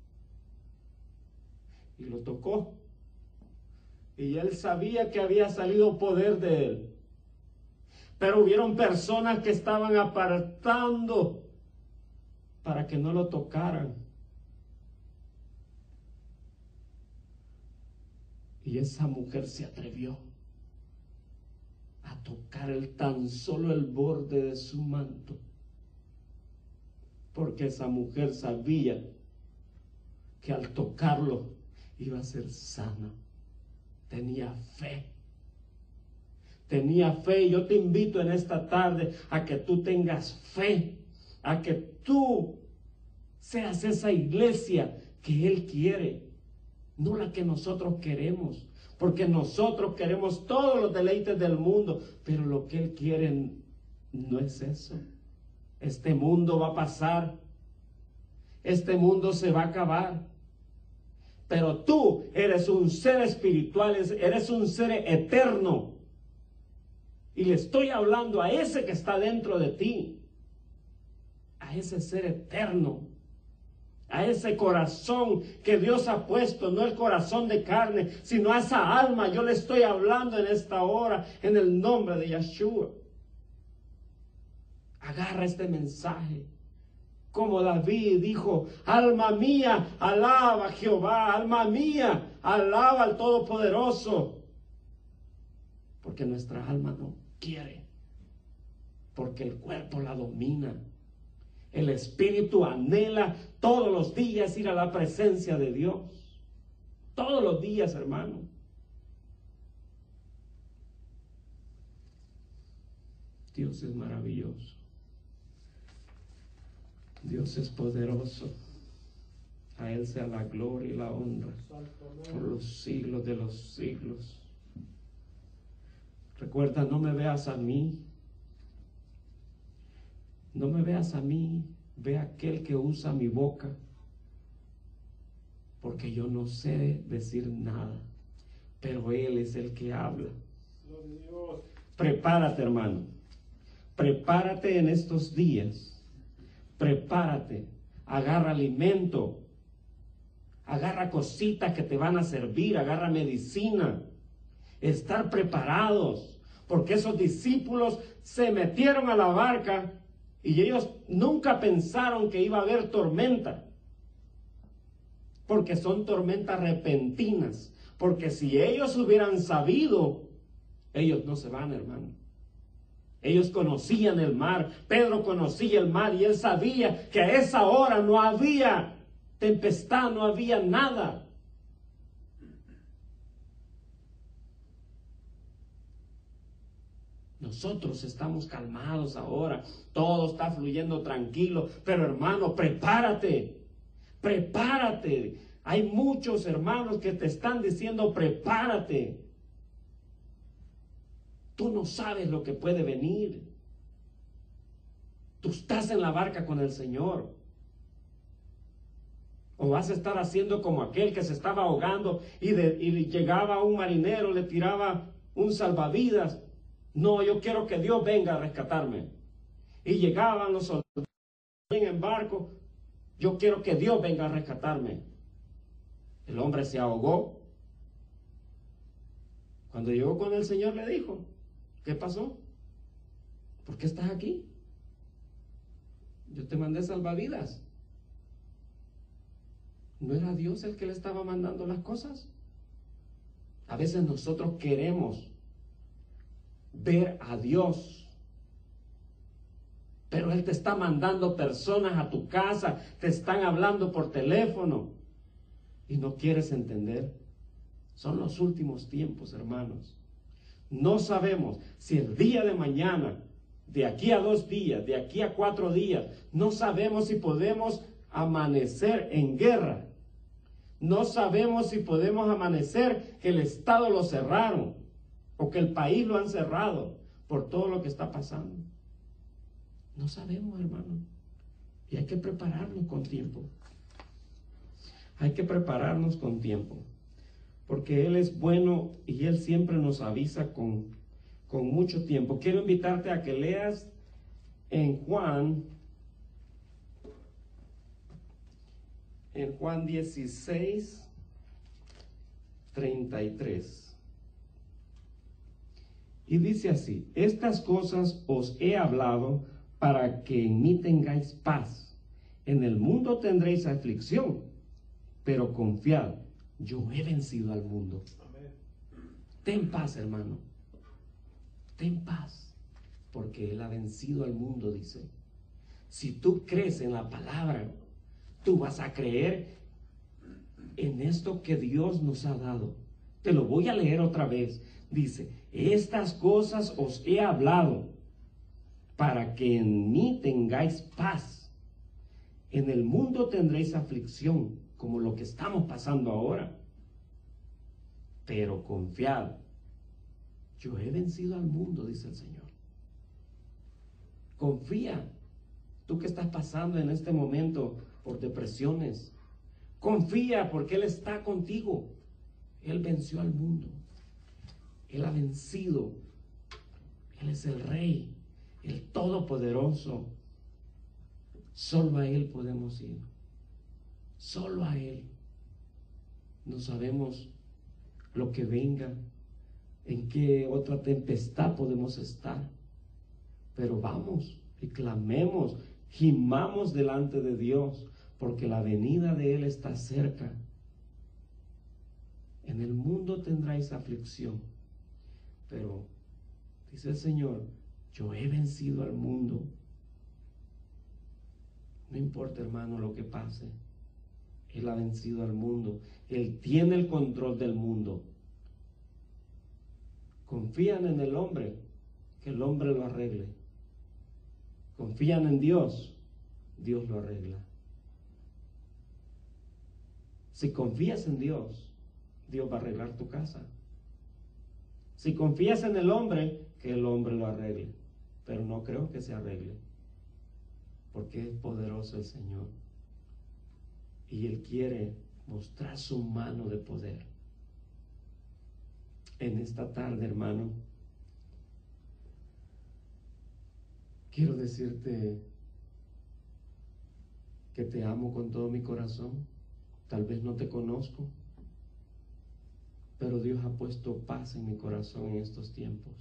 Y lo tocó. Y él sabía que había salido poder de él. Pero hubieron personas que estaban apartando para que no lo tocaran. Y esa mujer se atrevió a tocar el tan solo el borde de su manto. Porque esa mujer sabía que al tocarlo iba a ser sana. Tenía fe. Tenía fe. Y yo te invito en esta tarde a que tú tengas fe. A que tú seas esa iglesia que Él quiere. No la que nosotros queremos. Porque nosotros queremos todos los deleites del mundo. Pero lo que Él quiere no es eso. Este mundo va a pasar. Este mundo se va a acabar. Pero tú eres un ser espiritual, eres un ser eterno. Y le estoy hablando a ese que está dentro de ti. A ese ser eterno. A ese corazón que Dios ha puesto, no el corazón de carne, sino a esa alma. Yo le estoy hablando en esta hora, en el nombre de Yeshua. Agarra este mensaje. Como David dijo, alma mía, alaba a Jehová, alma mía, alaba al Todopoderoso. Porque nuestra alma no quiere, porque el cuerpo la domina. El espíritu anhela todos los días ir a la presencia de Dios. Todos los días, hermano. Dios es maravilloso. Dios es poderoso. A Él sea la gloria y la honra por los siglos de los siglos. Recuerda, no me veas a mí. No me veas a mí. Ve a aquel que usa mi boca. Porque yo no sé decir nada. Pero Él es el que habla. Prepárate, hermano. Prepárate en estos días. Prepárate, agarra alimento, agarra cositas que te van a servir, agarra medicina, estar preparados, porque esos discípulos se metieron a la barca y ellos nunca pensaron que iba a haber tormenta. porque son tormentas repentinas. Porque si ellos hubieran sabido, ellos no se van, hermano. Ellos conocían el mar. Pedro conocía el mar y él sabía que a esa hora no había tempestad, no había nada. Nosotros estamos calmados ahora, todo está fluyendo tranquilo, pero hermano, prepárate, prepárate. Hay muchos hermanos que te están diciendo prepárate. Tú no sabes lo que puede venir. Tú estás en la barca con el Señor. O vas a estar haciendo como aquel que se estaba ahogando y, de, y llegaba un marinero, le tiraba un salvavidas. No, yo quiero que Dios venga a rescatarme. Y llegaban los soldados en barco. Yo quiero que Dios venga a rescatarme. El hombre se ahogó. Cuando llegó con el Señor le dijo, ¿qué pasó? ¿Por qué estás aquí? Yo te mandé salvavidas. ¿No era Dios el que le estaba mandando las cosas? A veces nosotros queremos ver a Dios, pero Él te está mandando personas a tu casa, te están hablando por teléfono y no quieres entender. Son los últimos tiempos, hermanos. No sabemos si el día de mañana, de aquí a dos días, de aquí a cuatro días, no sabemos si podemos amanecer en guerra. No sabemos si podemos amanecer que el Estado lo cerraron o que el país lo han cerrado por todo lo que está pasando. No sabemos, hermano. Y hay que prepararnos con tiempo. Hay que prepararnos con tiempo. Porque Él es bueno y Él siempre nos avisa con, con mucho tiempo. Quiero invitarte a que leas en Juan, en Juan dieciséis, treinta y tres. Y dice así: estas cosas os he hablado para que en mí tengáis paz. En el mundo tendréis aflicción, pero confiad, yo he vencido al mundo. Amén. Ten paz, hermano. Ten paz, porque Él ha vencido al mundo, dice. Si tú crees en la palabra, tú vas a creer en esto que Dios nos ha dado. Te lo voy a leer otra vez. Dice, estas cosas os he hablado para que en mí tengáis paz. En el mundo tendréis aflicción, como lo que estamos pasando ahora. Pero confiad, yo he vencido al mundo, dice el Señor. Confía, tú que estás pasando en este momento por depresiones. Confía porque Él está contigo. Él venció al mundo. Él ha vencido. Él es el Rey, el Todopoderoso. Solo a Él podemos ir. Solo a Él. No sabemos lo que venga, en qué otra tempestad podemos estar. Pero vamos y clamemos, gimamos delante de Dios, porque la venida de Él está cerca. En el mundo tendráis aflicción, pero dice el Señor, yo he vencido al mundo. No importa, hermano, lo que pase. Él ha vencido al mundo. Él tiene el control del mundo. Confían en el hombre, que el hombre lo arregle. Confían en Dios, Dios lo arregla. Si confías en Dios, Dios va a arreglar tu casa. Si confías en el hombre, que el hombre lo arregle. Pero no creo que se arregle, porque es poderoso el Señor. Y Él quiere mostrar su mano de poder. En esta tarde, hermano, quiero decirte que te amo con todo mi corazón. Tal vez no te conozco, pero Dios ha puesto paz en mi corazón en estos tiempos.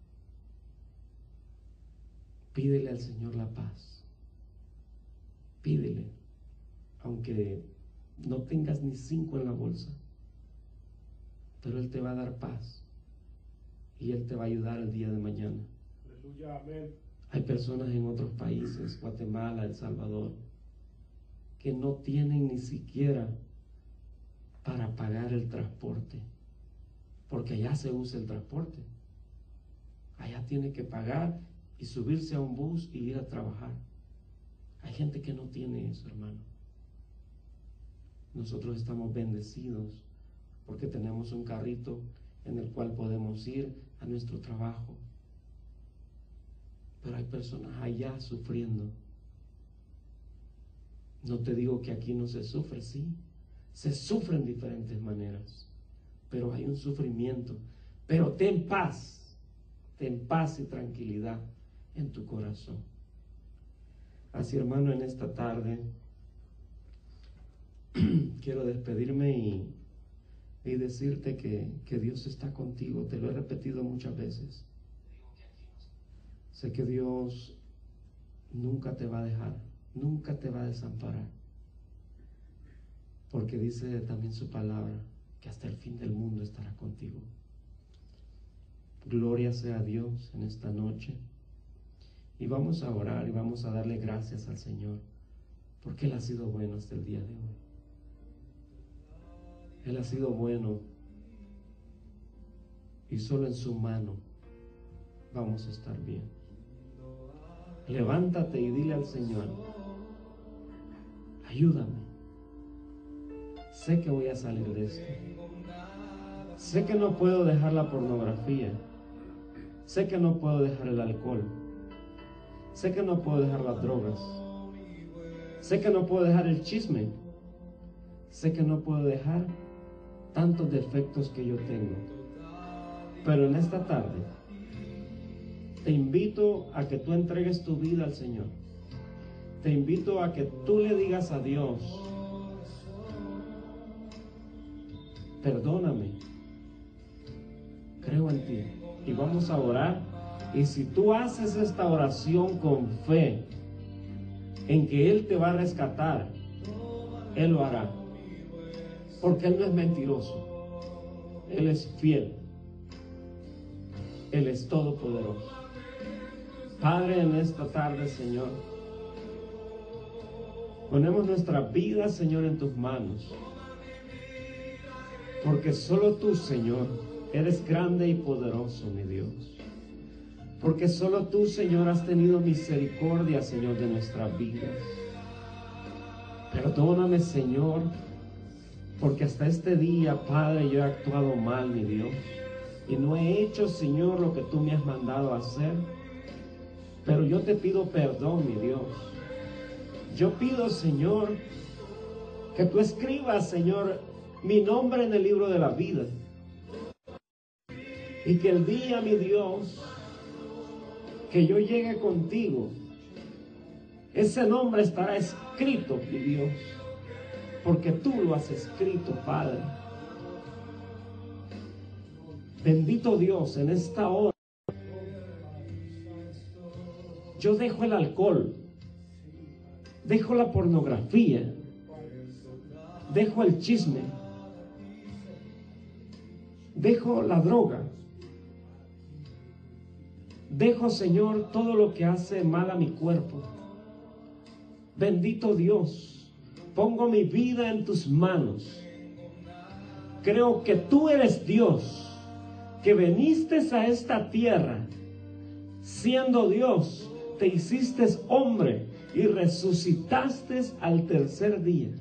Pídele al Señor la paz. Pídele, aunque no tengas ni cinco en la bolsa, pero Él te va a dar paz y Él te va a ayudar el día de mañana. Aleluya, amén. Hay personas en otros países, Guatemala, El Salvador, que no tienen ni siquiera para pagar el transporte, porque allá se usa el transporte. Allá tiene que pagar y subirse a un bus y ir a trabajar. Hay gente que no tiene eso, hermano. Nosotros estamos bendecidos porque tenemos un carrito en el cual podemos ir a nuestro trabajo. Pero hay personas allá sufriendo. No te digo que aquí no se sufre, sí. Se sufre en diferentes maneras, pero hay un sufrimiento. Pero ten paz, ten paz y tranquilidad en tu corazón. Así, hermano, en esta tarde quiero despedirme y, y decirte que, que Dios está contigo. Te lo he repetido muchas veces. Sé que Dios nunca te va a dejar, nunca te va a desamparar, porque dice también su palabra que hasta el fin del mundo estará contigo. Gloria sea a Dios en esta noche. Y vamos a orar y vamos a darle gracias al Señor, porque Él ha sido bueno hasta el día de hoy. Él ha sido bueno y solo en su mano vamos a estar bien. Levántate y dile al Señor: ayúdame. Sé que voy a salir de esto. Sé que no puedo dejar la pornografía. Sé que no puedo dejar el alcohol. Sé que no puedo dejar las drogas. Sé que no puedo dejar el chisme. Sé que no puedo dejar tantos defectos que yo tengo. Pero en esta tarde te invito a que tú entregues tu vida al Señor. Te invito a que tú le digas a Dios: perdóname, creo en ti. Y vamos a orar. Y si tú haces esta oración con fe en que Él te va a rescatar, Él lo hará, porque Él no es mentiroso. Él es fiel. Él es todopoderoso. Padre, en esta tarde, Señor, ponemos nuestra vida, Señor, en tus manos, porque solo tú, Señor, eres grande y poderoso, mi Dios. Porque solo tú, Señor, has tenido misericordia, Señor, de nuestras vidas. Perdóname, Señor, porque hasta este día, Padre, yo he actuado mal, mi Dios, y no he hecho, Señor, lo que tú me has mandado a hacer. Pero yo te pido perdón, mi Dios. Yo pido, Señor, que tú escribas, Señor, mi nombre en el libro de la vida. Y que el día, mi Dios, que yo llegue contigo, ese nombre estará escrito, mi Dios, porque tú lo has escrito, Padre. Bendito Dios, en esta hora yo dejo el alcohol, dejo la pornografía, dejo el chisme, dejo la droga, dejo, Señor, todo lo que hace mal a mi cuerpo. Bendito Dios, pongo mi vida en tus manos. Creo que tú eres Dios, que viniste a esta tierra. Siendo Dios, te hiciste hombre y resucitaste al tercer día.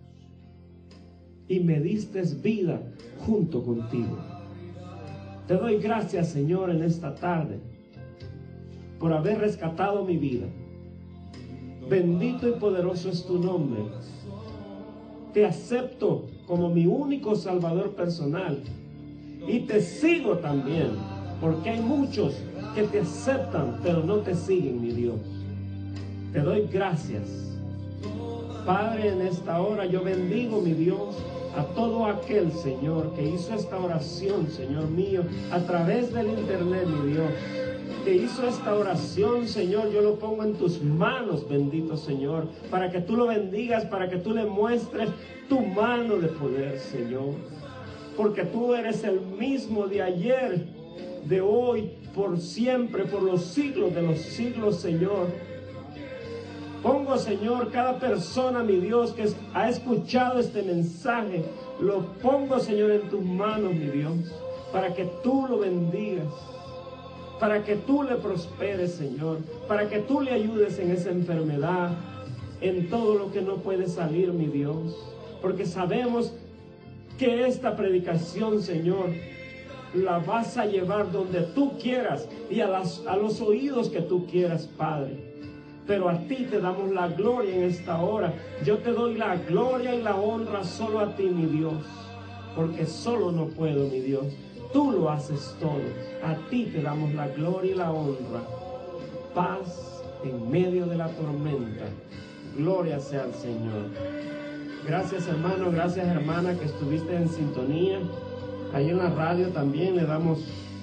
Y me diste vida junto contigo. Te doy gracias, Señor, en esta tarde, por haber rescatado mi vida. Bendito y poderoso es tu nombre. Te acepto como mi único Salvador personal. Y te sigo también, porque hay muchos que te aceptan, pero no te siguen, mi Dios. Te doy gracias Padre, en esta hora yo bendigo, mi Dios, a todo aquel, Señor, que hizo esta oración, Señor mío, a través del internet, mi Dios, que hizo esta oración, Señor. Yo lo pongo en tus manos, bendito Señor, para que tú lo bendigas, para que tú le muestres tu mano de poder, Señor, porque tú eres el mismo de ayer, de hoy, por siempre, por los siglos de los siglos, Señor. Pongo, Señor, cada persona, mi Dios, que ha escuchado este mensaje, lo pongo, Señor, en tus manos, mi Dios, para que tú lo bendigas, para que tú le prosperes, Señor, para que tú le ayudes en esa enfermedad, en todo lo que no puede salir, mi Dios, porque sabemos que esta predicación, Señor, la vas a llevar donde tú quieras y a, las, a los oídos que tú quieras, Padre. Pero a ti te damos la gloria en esta hora. Yo te doy la gloria y la honra solo a ti, mi Dios, porque solo no puedo, mi Dios. Tú lo haces todo. A ti te damos la gloria y la honra. Paz en medio de la tormenta. Gloria sea al Señor. Gracias, hermano, gracias, hermana, que estuviste en sintonía. Ahí en la radio también le damos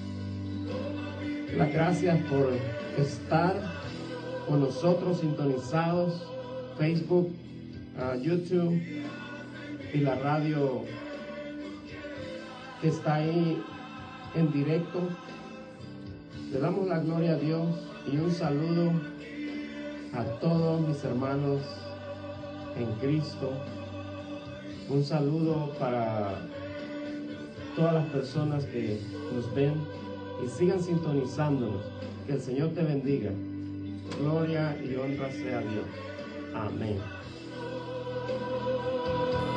las gracias por estar con nosotros sintonizados, Facebook, uh, YouTube y la radio que está ahí en directo. Le damos la gloria a Dios y un saludo a todos mis hermanos en Cristo. Un saludo para todas las personas que nos ven y sigan sintonizándonos. Que el Señor te bendiga. Gloria y honra sea a Dios. Amén.